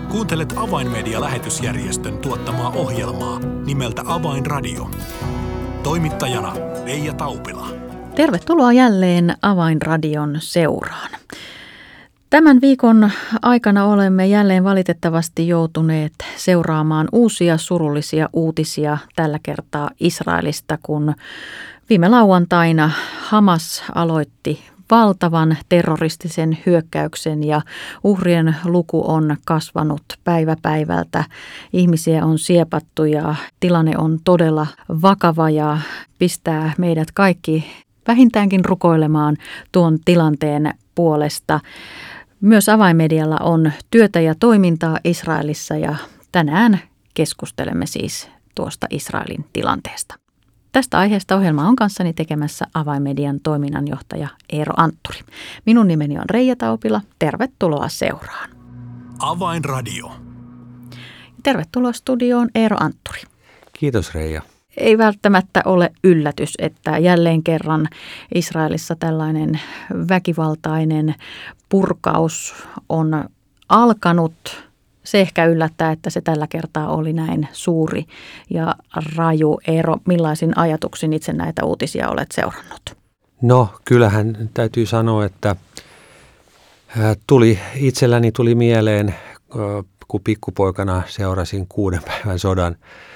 Kuuntelet Avainmedia-lähetysjärjestön tuottamaa ohjelmaa nimeltä Avainradio. Toimittajana Leija Taupila. Tervetuloa jälleen Avainradion seuraan. Tämän viikon aikana olemme jälleen valitettavasti joutuneet seuraamaan uusia surullisia uutisia tällä kertaa Israelista, kun viime lauantaina Hamas aloitti valtavan terroristisen hyökkäyksen ja uhrien luku on kasvanut päivä päivältä. Ihmisiä on siepattu ja tilanne on todella vakava ja pistää meidät kaikki vähintäänkin rukoilemaan tuon tilanteen puolesta. Myös Avainmedialla on työtä ja toimintaa Israelissa ja tänään keskustelemme siis tuosta Israelin tilanteesta. Tästä aiheesta ohjelma on kanssani tekemässä Avainmedian toiminnanjohtaja Eero Antturi. Minun nimeni on Reija Taupila. Tervetuloa seuraan. Avainradio. Tervetuloa studioon Eero Antturi. Kiitos Reija. Ei välttämättä ole yllätys, että jälleen kerran Israelissa tällainen väkivaltainen purkaus on alkanut. Se ehkä yllättää, että se tällä kertaa oli näin suuri ja raju. Eero, millaisin ajatuksin itse näitä uutisia olet seurannut? No kyllähän täytyy sanoa, että itselläni tuli mieleen, kun pikkupoikana seurasin 6 päivän sodan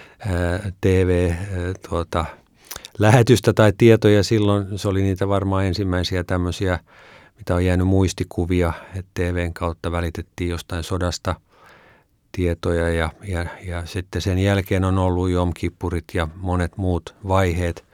TV-lähetystä tai tietoja. Silloin se oli niitä varmaan ensimmäisiä tämmöisiä, mitä on jäänyt muistikuvia, että TVn kautta välitettiin jostain sodasta tietoja ja sitten sen jälkeen on ollut Jom Kippurit ja monet muut vaiheet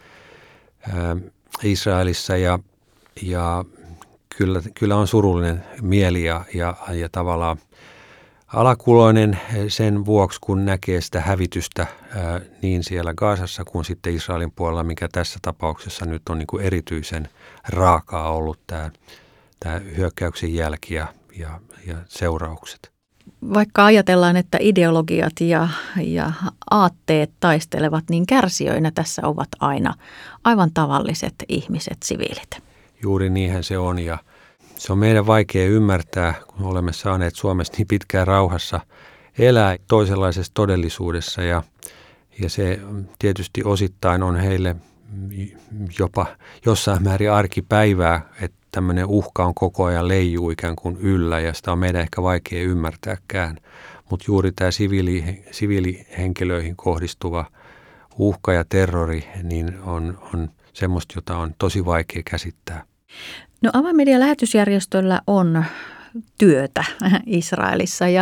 Israelissa ja kyllä on surullinen mieli ja tavallaan alakuloinen sen vuoksi, kun näkee sitä hävitystä niin siellä Gazassa kuin sitten Israelin puolella, mikä tässä tapauksessa nyt on niin kuin erityisen raakaa ollut tämä hyökkäyksen jälki ja seuraukset. Vaikka ajatellaan, että ideologiat ja aatteet taistelevat, niin kärsijöinä tässä ovat aina aivan tavalliset ihmiset, siviilit. Juuri niinhän se on ja se on meidän vaikea ymmärtää, kun olemme saaneet Suomessa niin pitkään rauhassa elää toisenlaisessa todellisuudessa ja se tietysti osittain on heille jopa jossain määrin arkipäivää, että tämmöinen uhka on koko ajan leijuu ikään kuin yllä ja sitä on meidän ehkä vaikea ymmärtääkään. Mutta juuri tämä siviilihenkilöihin kohdistuva uhka ja terrori niin on semmoista, jota on tosi vaikea käsittää. No Avainmedian lähetysjärjestöllä on työtä Israelissa ja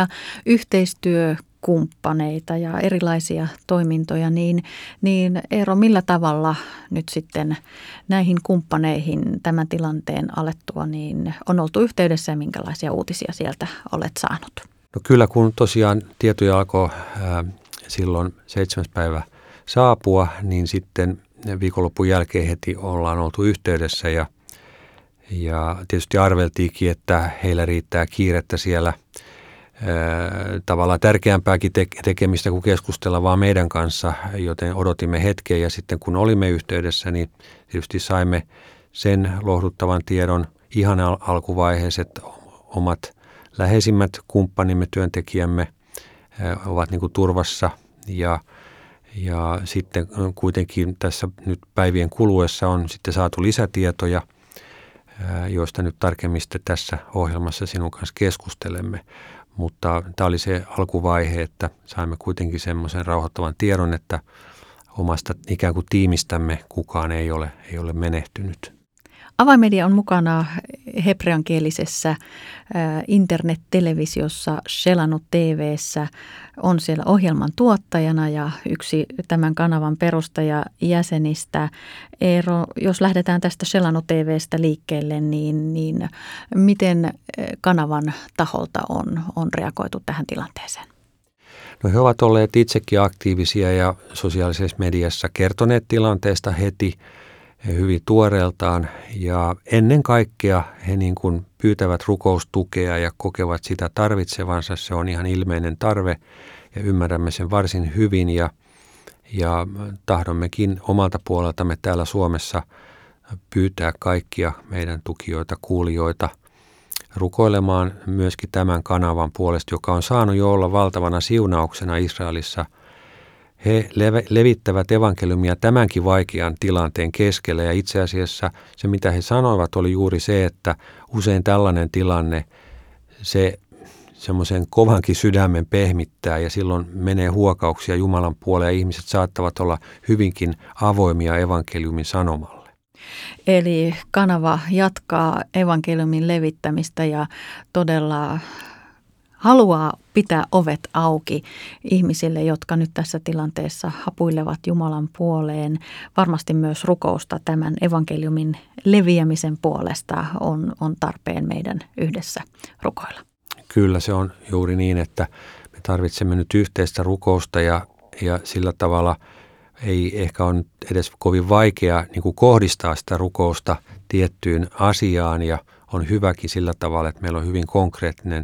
yhteistyökumppaneita ja erilaisia toimintoja, niin Eero, millä tavalla nyt sitten näihin kumppaneihin tämän tilanteen alettua niin on oltu yhteydessä ja minkälaisia uutisia sieltä olet saanut? No kyllä, kun tosiaan tietoja alkoi silloin 7. päivä saapua, niin sitten viikonlopun jälkeen heti ollaan oltu yhteydessä ja tietysti arveltiinkin, että heillä riittää kiirettä siellä tavallaan tärkeämpääkin tekemistä kuin keskustella vaan meidän kanssa, joten odotimme hetken ja sitten kun olimme yhteydessä, niin tietysti saimme sen lohduttavan tiedon ihan alkuvaiheessa, että omat läheisimmät kumppanimme, työntekijämme ovat niin kuin turvassa ja sitten kuitenkin tässä nyt päivien kuluessa on sitten saatu lisätietoja, joista nyt tarkemmin tässä ohjelmassa sinun kanssa keskustelemme. Mutta tämä oli se alkuvaihe, että saimme kuitenkin semmoisen rauhoittavan tiedon, että omasta ikään kuin tiimistämme kukaan ei ole menehtynyt. Avainmedia on mukana hebreankielisessä internet-televisiossa Shelanu TV:ssä, on siellä ohjelman tuottajana ja yksi tämän kanavan perustajajäsenistä. Eero, jos lähdetään tästä Shelanu TV:stä liikkeelle, niin miten kanavan taholta on reagoitu tähän tilanteeseen? No he ovat olleet itsekin aktiivisia ja sosiaalisessa mediassa kertoneet tilanteesta heti hyvin tuoreeltaan ja ennen kaikkea he niin kuin pyytävät rukoustukea ja kokevat sitä tarvitsevansa. Se on ihan ilmeinen tarve ja ymmärrämme sen varsin hyvin ja tahdommekin omalta puoleltamme täällä Suomessa pyytää kaikkia meidän tukijoita, kuulijoita rukoilemaan myöskin tämän kanavan puolesta, joka on saanut jo olla valtavana siunauksena Israelissa. He levittävät evankeliumia tämänkin vaikean tilanteen keskellä ja itse asiassa se, mitä he sanoivat, oli juuri se, että usein tällainen tilanne se semmoisen kovankin sydämen pehmittää ja silloin menee huokauksia Jumalan puoleen ja ihmiset saattavat olla hyvinkin avoimia evankeliumin sanomalle. Eli kanava jatkaa evankeliumin levittämistä ja todella haluaa pitää ovet auki ihmisille, jotka nyt tässä tilanteessa hapuilevat Jumalan puoleen. Varmasti myös rukousta tämän evankeliumin leviämisen puolesta on tarpeen meidän yhdessä rukoilla. Kyllä se on juuri niin, että me tarvitsemme nyt yhteistä rukousta ja sillä tavalla ei ehkä ole edes kovin vaikea niin kuin kohdistaa sitä rukousta tiettyyn asiaan ja on hyväkin sillä tavalla, että meillä on hyvin konkreettinen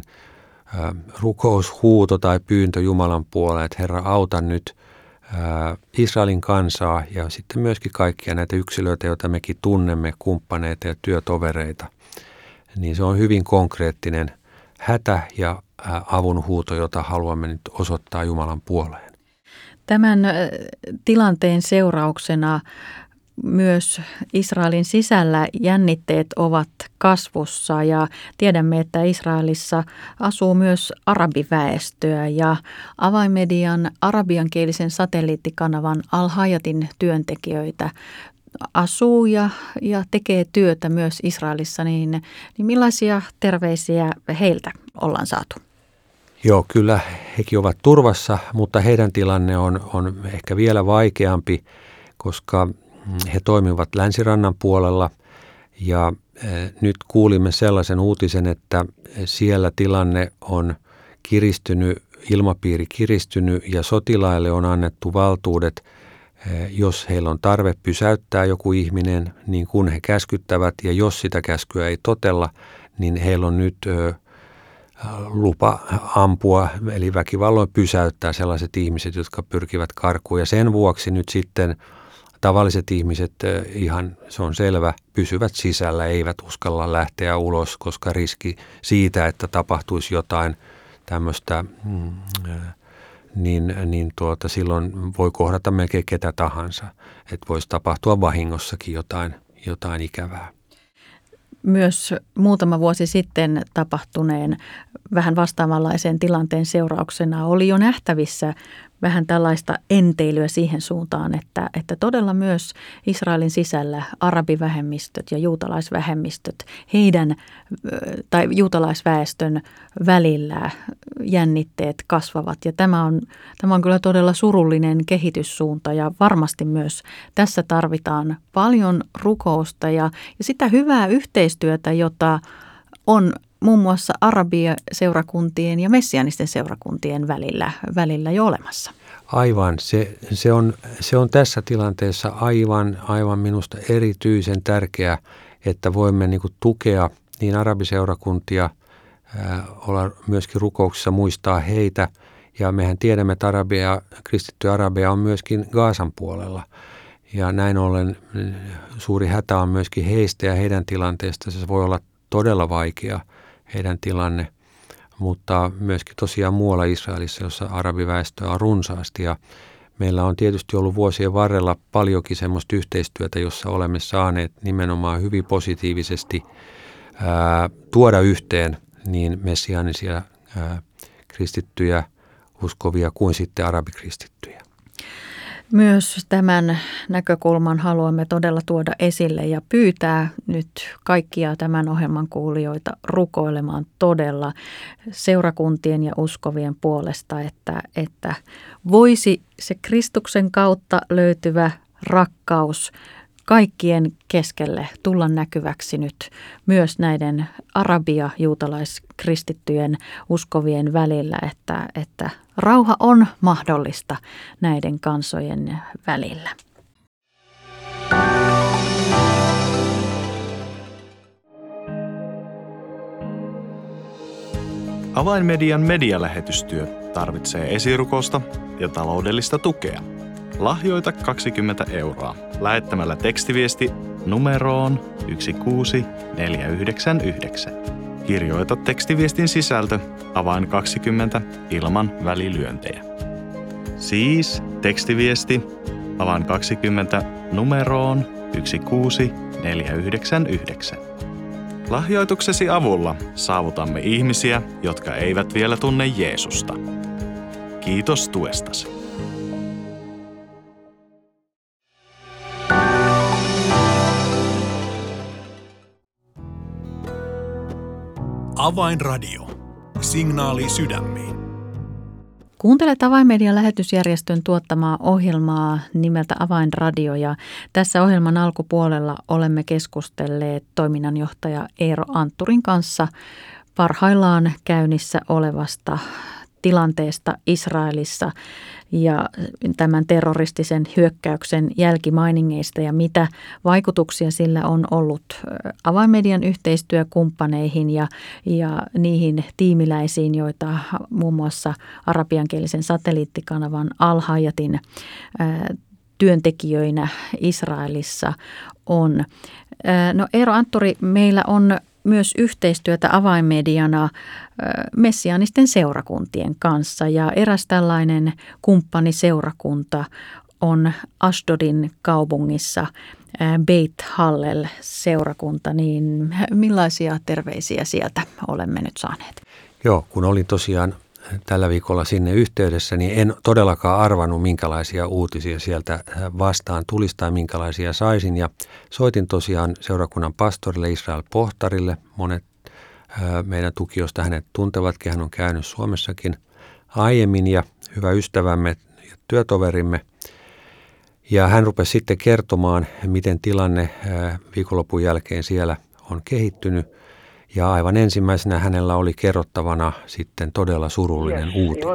rukoushuuto tai pyyntö Jumalan puoleen, että Herra auta nyt Israelin kansaa ja sitten myöskin kaikkia näitä yksilöitä, joita mekin tunnemme, kumppaneita ja työtovereita. Niin se on hyvin konkreettinen hätä ja avunhuuto, jota haluamme nyt osoittaa Jumalan puoleen. Tämän tilanteen seurauksena myös Israelin sisällä jännitteet ovat kasvussa ja tiedämme, että Israelissa asuu myös arabiväestöä ja avainmedian arabiankielisen satelliittikanavan Al-Hayatin työntekijöitä asuu ja tekee työtä myös Israelissa, niin millaisia terveisiä heiltä ollaan saatu? Joo, kyllä hekin ovat turvassa, mutta heidän tilanne on ehkä vielä vaikeampi, koska he toimivat Länsirannan puolella ja nyt kuulimme sellaisen uutisen, että siellä tilanne on kiristynyt, ilmapiiri kiristynyt ja sotilaille on annettu valtuudet, jos heillä on tarve pysäyttää joku ihminen, niin kun he käskyttävät ja jos sitä käskyä ei totella, niin heillä on nyt lupa ampua, eli väkivalloin pysäyttää sellaiset ihmiset, jotka pyrkivät karkuun. Ja sen vuoksi nyt sitten tavalliset ihmiset, ihan se on selvä, pysyvät sisällä, eivät uskalla lähteä ulos, koska riski siitä, että tapahtuisi jotain tämmöistä, silloin voi kohdata melkein ketä tahansa. Että voisi tapahtua vahingossakin jotain ikävää. Myös muutama vuosi sitten tapahtuneen vähän vastaavanlaisen tilanteen seurauksena oli jo nähtävissä vähän tällaista enteilyä siihen suuntaan, että todella myös Israelin sisällä arabivähemmistöt ja juutalaisvähemmistöt, heidän tai juutalaisväestön välillä jännitteet kasvavat. Ja tämä on kyllä todella surullinen kehityssuunta ja varmasti myös tässä tarvitaan paljon rukousta ja sitä hyvää yhteistyötä, jota on muun muassa arabiaseurakuntien ja messianisten seurakuntien välillä jo olemassa. Aivan. Se on tässä tilanteessa aivan minusta erityisen tärkeää, että voimme niin kuin tukea niin arabiseurakuntia, olla myöskin rukouksissa, muistaa heitä. Ja mehän tiedämme, että kristitty Arabia on myöskin Gazan puolella. Ja näin ollen suuri hätä on myöskin heistä ja heidän tilanteesta. Se voi olla todella vaikea heidän tilanne, mutta myöskin tosiaan muualla Israelissa, jossa arabiväestöä on runsaasti. Ja meillä on tietysti ollut vuosien varrella paljonkin semmoista yhteistyötä, jossa olemme saaneet nimenomaan hyvin positiivisesti tuoda yhteen niin messiaanisia kristittyjä, uskovia kuin sitten arabikristittyjä. Myös tämän näkökulman haluamme todella tuoda esille ja pyytää nyt kaikkia tämän ohjelman kuulijoita rukoilemaan todella seurakuntien ja uskovien puolesta, että voisi se Kristuksen kautta löytyvä rakkaus kaikkien keskelle tulla näkyväksi nyt myös näiden arabia-juutalaiskristittyjen uskovien välillä, että rauha on mahdollista näiden kansojen välillä. Avainmedian medialähetystyö tarvitsee esirukousta ja taloudellista tukea. Lahjoita 20 € lähettämällä tekstiviesti numeroon 16499. Kirjoita tekstiviestin sisältö avain 20 ilman välilyöntejä. Siis tekstiviesti avain 20 numeroon 16499. Lahjoituksesi avulla saavutamme ihmisiä, jotka eivät vielä tunne Jeesusta. Kiitos tuestasi. Avainradio. Signaali sydämiin. Kuuntelet Avainmedian lähetysjärjestön tuottamaa ohjelmaa nimeltä Avainradio ja tässä ohjelman alkupuolella olemme keskustelleet toiminnanjohtaja Eero Antturin kanssa parhaillaan käynnissä olevasta tilanteesta Israelissa ja tämän terroristisen hyökkäyksen jälkimainingeista ja mitä vaikutuksia sillä on ollut Avainmedian yhteistyökumppaneihin ja niihin tiimiläisiin, joita muun muassa arabiankielisen satelliittikanavan Al-Hayatin työntekijöinä Israelissa on. No Eero Antturi, meillä on myös yhteistyötä Avainmediana messiaanisten seurakuntien kanssa ja eräs tällainen kumppaniseurakunta on Ashdodin kaupungissa Beit Hallel-seurakunta, niin millaisia terveisiä sieltä olemme nyt saaneet? Joo, kun olin tosiaan tällä viikolla sinne yhteydessä, niin en todellakaan arvannut, minkälaisia uutisia sieltä vastaan tulisi tai minkälaisia saisin. Ja soitin tosiaan seurakunnan pastorille Israel Pohtarille. Monet meidän tukijoista hänet tuntevatkin. Hän on käynyt Suomessakin aiemmin ja hyvä ystävämme ja työtoverimme. Ja hän rupesi sitten kertomaan, miten tilanne viikonlopun jälkeen siellä on kehittynyt. Ja aivan ensimmäisenä hänellä oli kerrottavana sitten todella surullinen uutinen.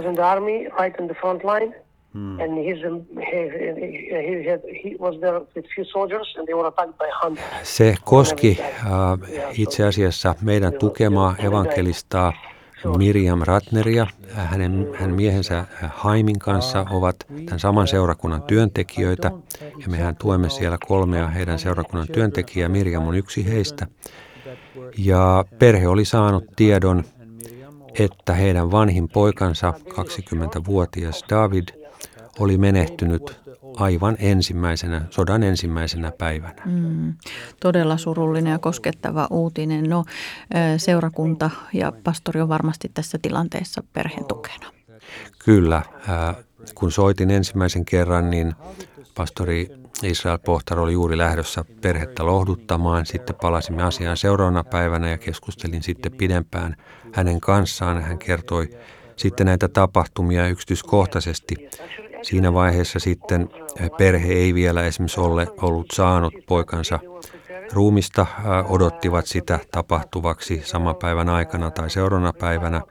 Se koski itse asiassa meidän tukemaa evankelistaa Miriam Ratneria. Hänen miehensä Haimin kanssa ovat tämän saman seurakunnan työntekijöitä ja mehän tuemme siellä 3 heidän seurakunnan työntekijää. Miriam on yksi heistä. Ja perhe oli saanut tiedon, että heidän vanhin poikansa, 20-vuotias David, oli menehtynyt aivan sodan ensimmäisenä päivänä. Todella surullinen ja koskettava uutinen. No, seurakunta ja pastori on varmasti tässä tilanteessa perheen tukena. Kyllä. Kun soitin ensimmäisen kerran, niin pastori Israel Pohtar oli juuri lähdössä perhettä lohduttamaan. Sitten palasimme asiaan seuraavana päivänä ja keskustelin sitten pidempään hänen kanssaan. Hän kertoi sitten näitä tapahtumia yksityiskohtaisesti. Siinä vaiheessa sitten perhe ei vielä esimerkiksi ollut saanut poikansa ruumista, odottivat sitä tapahtuvaksi saman päivän aikana tai seuraavana päivänä.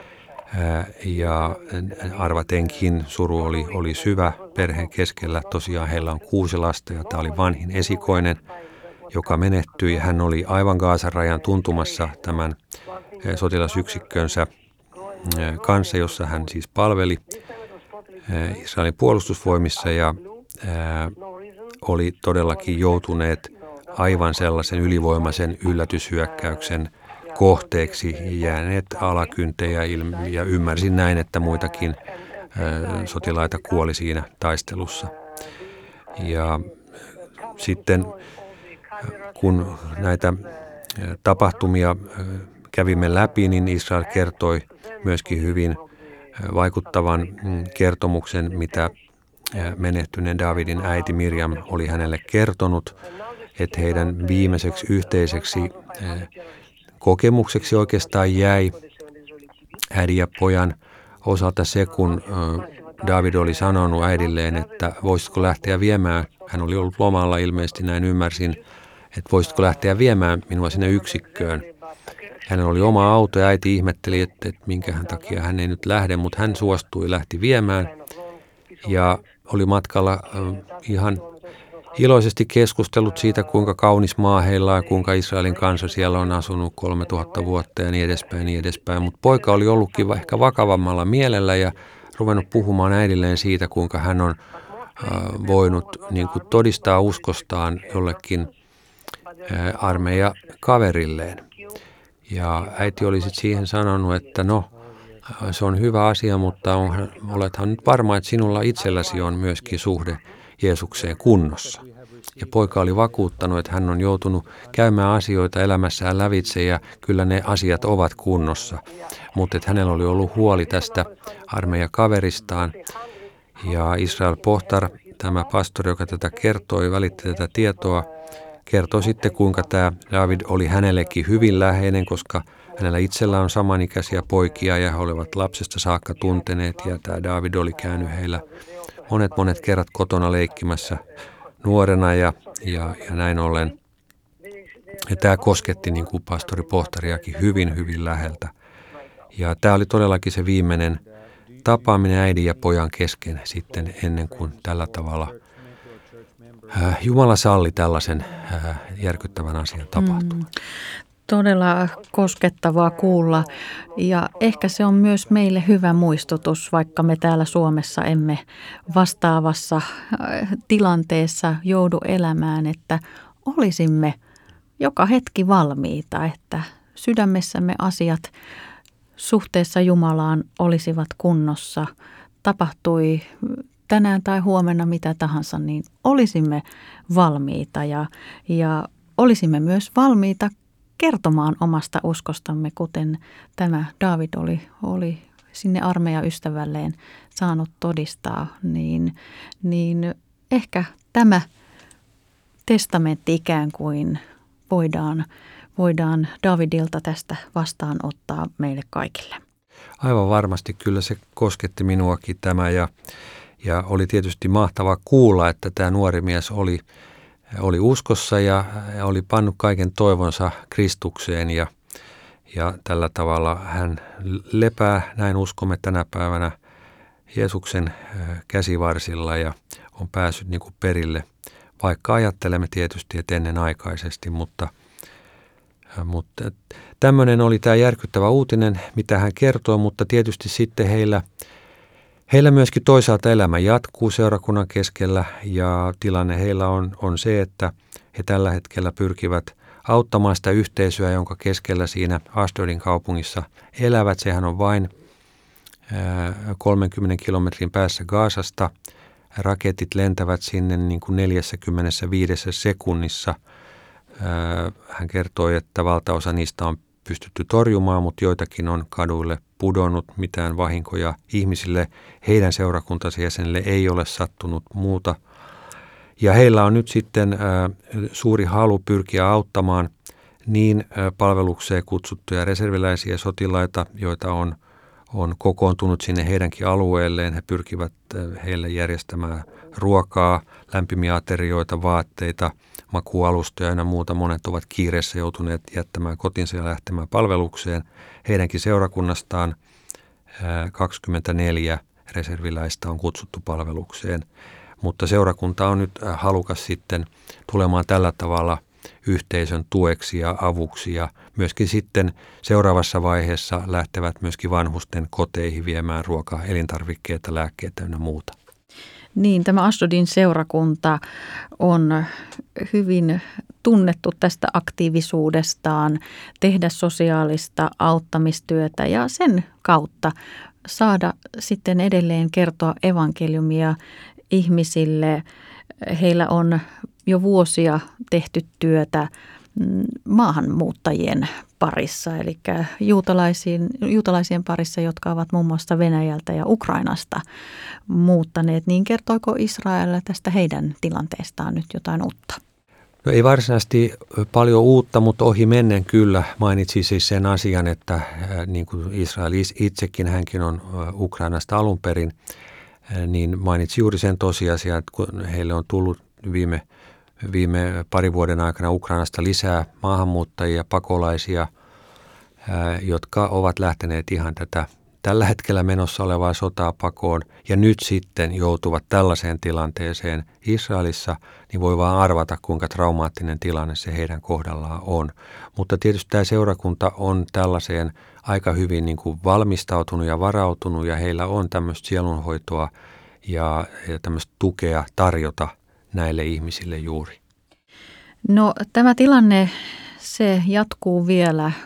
Ja arvatenkin suru oli syvä perheen keskellä. Tosiaan heillä on 6 lasta ja tämä oli vanhin esikoinen, joka menehtyi. Hän oli aivan Gazan rajan tuntumassa tämän sotilasyksikkönsä kanssa, jossa hän siis palveli Israelin puolustusvoimissa ja oli todellakin joutuneet aivan sellaisen ylivoimaisen yllätyshyökkäyksen kohteeksi, jääneet alakyntejä ja ymmärsin näin, että muitakin sotilaita kuoli siinä taistelussa. Ja sitten kun näitä tapahtumia kävimme läpi, niin Israel kertoi myöskin hyvin vaikuttavan kertomuksen, mitä menehtyneen Davidin äiti Miriam oli hänelle kertonut, että heidän viimeiseksi yhteiseksi kokemukseksi oikeastaan jäi äidin ja pojan osalta se, kun David oli sanonut äidilleen, että voisitko lähteä viemään, hän oli ollut lomalla ilmeisesti, näin ymmärsin, että voisitko lähteä viemään minua sinne yksikköön. Hänellä oli oma auto ja äiti ihmetteli, että minkähän takia hän ei nyt lähde, mutta hän suostui, lähti viemään ja oli matkalla ihan iloisesti keskustellut siitä, kuinka kaunis maa heillä on ja kuinka Israelin kansa siellä on asunut 3000 vuotta ja niin edespäin. Mutta poika oli ollutkin ehkä vakavammalla mielellä ja ruvennut puhumaan äidilleen siitä, kuinka hän on voinut niin kuin todistaa uskostaan jollekin armeijakaverilleen. Ja äiti oli sitten siihen sanonut, että no, se on hyvä asia, mutta olethan nyt varma, että sinulla itselläsi on myöskin suhde Jeesukseen kunnossa. Ja poika oli vakuuttanut, että hän on joutunut käymään asioita elämässään lävitse ja kyllä ne asiat ovat kunnossa. Mutta että hänellä oli ollut huoli tästä armeijakaveristaan. Ja Israel Pohtar, tämä pastori, joka tätä kertoi, välitti tätä tietoa, kertoi sitten, kuinka tämä David oli hänellekin hyvin läheinen, koska hänellä itsellä on samanikäisiä poikia ja he olivat lapsesta saakka tunteneet. Ja tämä David oli käynyt heillä monet kerrat kotona leikkimässä nuorena ja näin ollen. Ja tämä kosketti niin kuin pastori Pohtariakin hyvin läheltä. Ja tämä oli todellakin se viimeinen tapaaminen äidin ja pojan kesken sitten ennen kuin tällä tavalla Jumala salli tällaisen järkyttävän asian tapahtua. Todella koskettavaa kuulla ja ehkä se on myös meille hyvä muistutus, vaikka me täällä Suomessa emme vastaavassa tilanteessa joudu elämään, että olisimme joka hetki valmiita, että sydämessämme asiat suhteessa Jumalaan olisivat kunnossa. Tapahtui tänään tai huomenna mitä tahansa, niin olisimme valmiita ja olisimme myös valmiita kertomaan omasta uskostamme, kuten tämä David oli sinne armeijaystävälleen saanut todistaa, niin ehkä tämä testamentti ikään kuin voidaan Davidilta tästä vastaanottaa meille kaikille. Aivan varmasti kyllä se kosketti minuakin tämä ja oli tietysti mahtavaa kuulla, että tämä nuori mies oli uskossa ja oli pannut kaiken toivonsa Kristukseen ja tällä tavalla hän lepää, näin uskomme tänä päivänä, Jeesuksen käsivarsilla ja on päässyt niin kuin perille, vaikka ajattelemme tietysti, että ennenaikaisesti, mutta tämmöinen oli tämä järkyttävä uutinen, mitä hän kertoi, mutta tietysti sitten heillä myöskin toisaalta elämä jatkuu seurakunnan keskellä ja tilanne heillä on se, että he tällä hetkellä pyrkivät auttamaan sitä yhteisöä, jonka keskellä siinä Ashdodin kaupungissa elävät. Sehän on vain 30 kilometrin päässä Gazasta. Raketit lentävät sinne niin kuin 45 sekunnissa. Hän kertoi, että valtaosa niistä on pystytty torjumaan, mutta joitakin on kaduille pudonnut, mitään vahinkoja ihmisille. Heidän seurakuntansa jäsenille ei ole sattunut muuta. Ja heillä on nyt sitten suuri halu pyrkiä auttamaan niin palvelukseen kutsuttuja reserviläisiä sotilaita, joita on kokoontunut sinne heidänkin alueelleen. He pyrkivät heille järjestämään ruokaa, lämpimiä aterioita, vaatteita, makualustoja ja muuta. Monet ovat kiireessä joutuneet jättämään kotinsa ja lähtemään palvelukseen. Heidänkin seurakunnastaan 24 reserviläistä on kutsuttu palvelukseen. Mutta seurakunta on nyt halukas sitten tulemaan tällä tavalla yhteisön tueksi ja avuksi ja myöskin sitten seuraavassa vaiheessa lähtevät myöskin vanhusten koteihin viemään ruokaa, elintarvikkeita, lääkkeitä ja muuta. Niin, tämä Ashdodin seurakunta on hyvin tunnettu tästä aktiivisuudestaan tehdä sosiaalista auttamistyötä ja sen kautta saada sitten edelleen kertoa evankeliumia ihmisille. Heillä on jo vuosia tehty työtä maahanmuuttajien parissa, eli juutalaisien parissa, jotka ovat muun muassa Venäjältä ja Ukrainasta muuttaneet. Niin kertoiko Israel tästä heidän tilanteestaan nyt jotain uutta? No ei varsinaisesti paljon uutta, mutta ohi mennen kyllä mainitsi siis sen asian, että niin kuin Israel itsekin, hänkin on Ukrainasta alun perin, niin mainitsi juuri sen tosiasian, että kun heille on tullut viime parin vuoden aikana Ukrainasta lisää maahanmuuttajia, pakolaisia, jotka ovat lähteneet ihan tällä hetkellä menossa olevaa sotaa pakoon ja nyt sitten joutuvat tällaiseen tilanteeseen Israelissa, niin voi vaan arvata, kuinka traumaattinen tilanne se heidän kohdallaan on. Mutta tietysti tämä seurakunta on tällaiseen aika hyvin niin kuin valmistautunut ja varautunut ja heillä on tämmöistä sielunhoitoa ja tämmöistä tukea tarjota näille ihmisille juuri. No tämä tilanne, se jatkuu vielä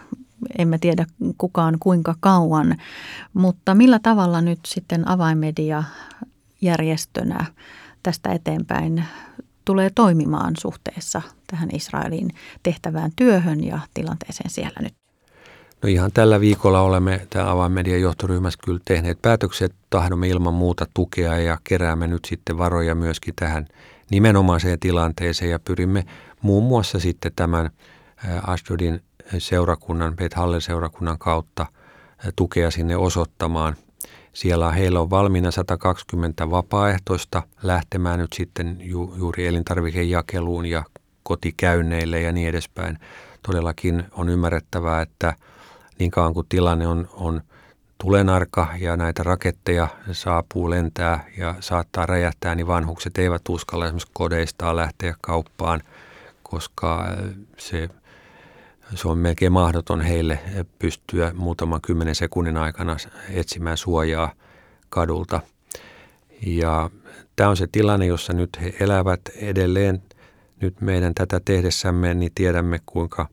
emme tiedä kukaan kuinka kauan. Mutta millä tavalla nyt sitten Avainmedia järjestönä tästä eteenpäin tulee toimimaan suhteessa tähän Israelin tehtävään työhön ja tilanteeseen siellä nyt? No ihan tällä viikolla olemme tämän Avainmedian johtoryhmässä kyllä tehneet päätökset, tahdomme ilman muuta tukea ja keräämme nyt sitten varoja myöskin tähän nimenomaiseen tilanteeseen ja pyrimme muun muassa sitten tämän Ashdodin seurakunnan, Beit Hallel seurakunnan kautta tukea sinne osoittamaan. Siellä heillä on valmiina 120 vapaaehtoista lähtemään nyt sitten juuri elintarvikejakeluun ja kotikäynneille ja niin edespäin. Todellakin on ymmärrettävää, että niin kauan kuin tilanne on tulenarka ja näitä raketteja saapuu lentää ja saattaa räjähtää, niin vanhukset eivät uskalla esimerkiksi kodeistaan lähteä kauppaan, koska se on melkein mahdoton heille pystyä muutaman 10 sekunnin aikana etsimään suojaa kadulta. Ja tämä on se tilanne, jossa nyt he elävät edelleen. Nyt meidän tätä tehdessämme, niin tiedämme kuinka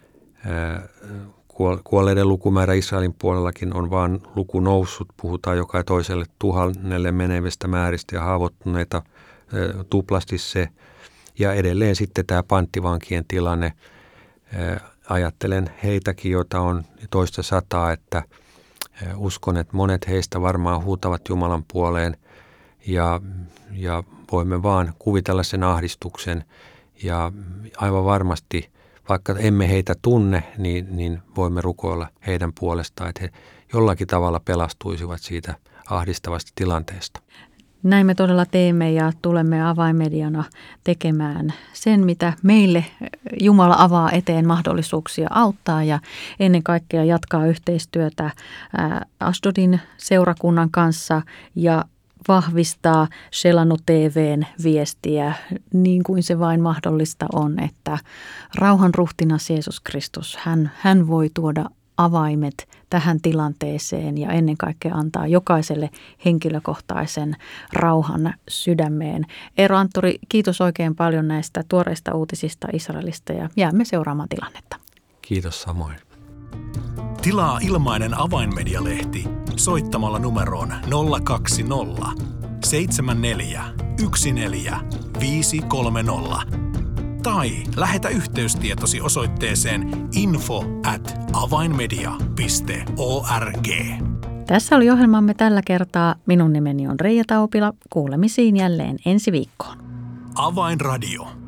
kuolleiden lukumäärä Israelin puolellakin on vaan luku noussut. Puhutaan joka toiselle 1000 menevistä määristä ja haavoittuneita tuplasti se. Ja edelleen sitten tämä panttivankien tilanne. Ajattelen heitäkin, joita on toista sataa, että uskon, että monet heistä varmaan huutavat Jumalan puoleen ja voimme vaan kuvitella sen ahdistuksen. Ja aivan varmasti, vaikka emme heitä tunne, niin voimme rukoilla heidän puolestaan, että he jollakin tavalla pelastuisivat siitä ahdistavasta tilanteesta. Näin me todella teemme ja tulemme Avainmediana tekemään sen, mitä meille Jumala avaa eteen mahdollisuuksia auttaa ja ennen kaikkea jatkaa yhteistyötä Ashdodin seurakunnan kanssa ja vahvistaa Shelanu TV:n viestiä niin kuin se vain mahdollista on, että rauhan ruhtinas Jeesus Kristus, hän voi tuoda avaimet tähän tilanteeseen ja ennen kaikkea antaa jokaiselle henkilökohtaisen rauhan sydämeen. Eero Antturi, kiitos oikein paljon näistä tuoreista uutisista Israelista ja jäämme seuraamaan tilannetta. Kiitos samoin. Tilaa ilmainen Avainmedia-lehti soittamalla numeroon 020 74 14 530 tai lähetä yhteystietosi osoitteeseen info@avainmedia.org. Tässä oli ohjelmamme tällä kertaa. Minun nimeni on Reija Taupila. Kuulemisiin jälleen ensi viikkoon. Avainradio.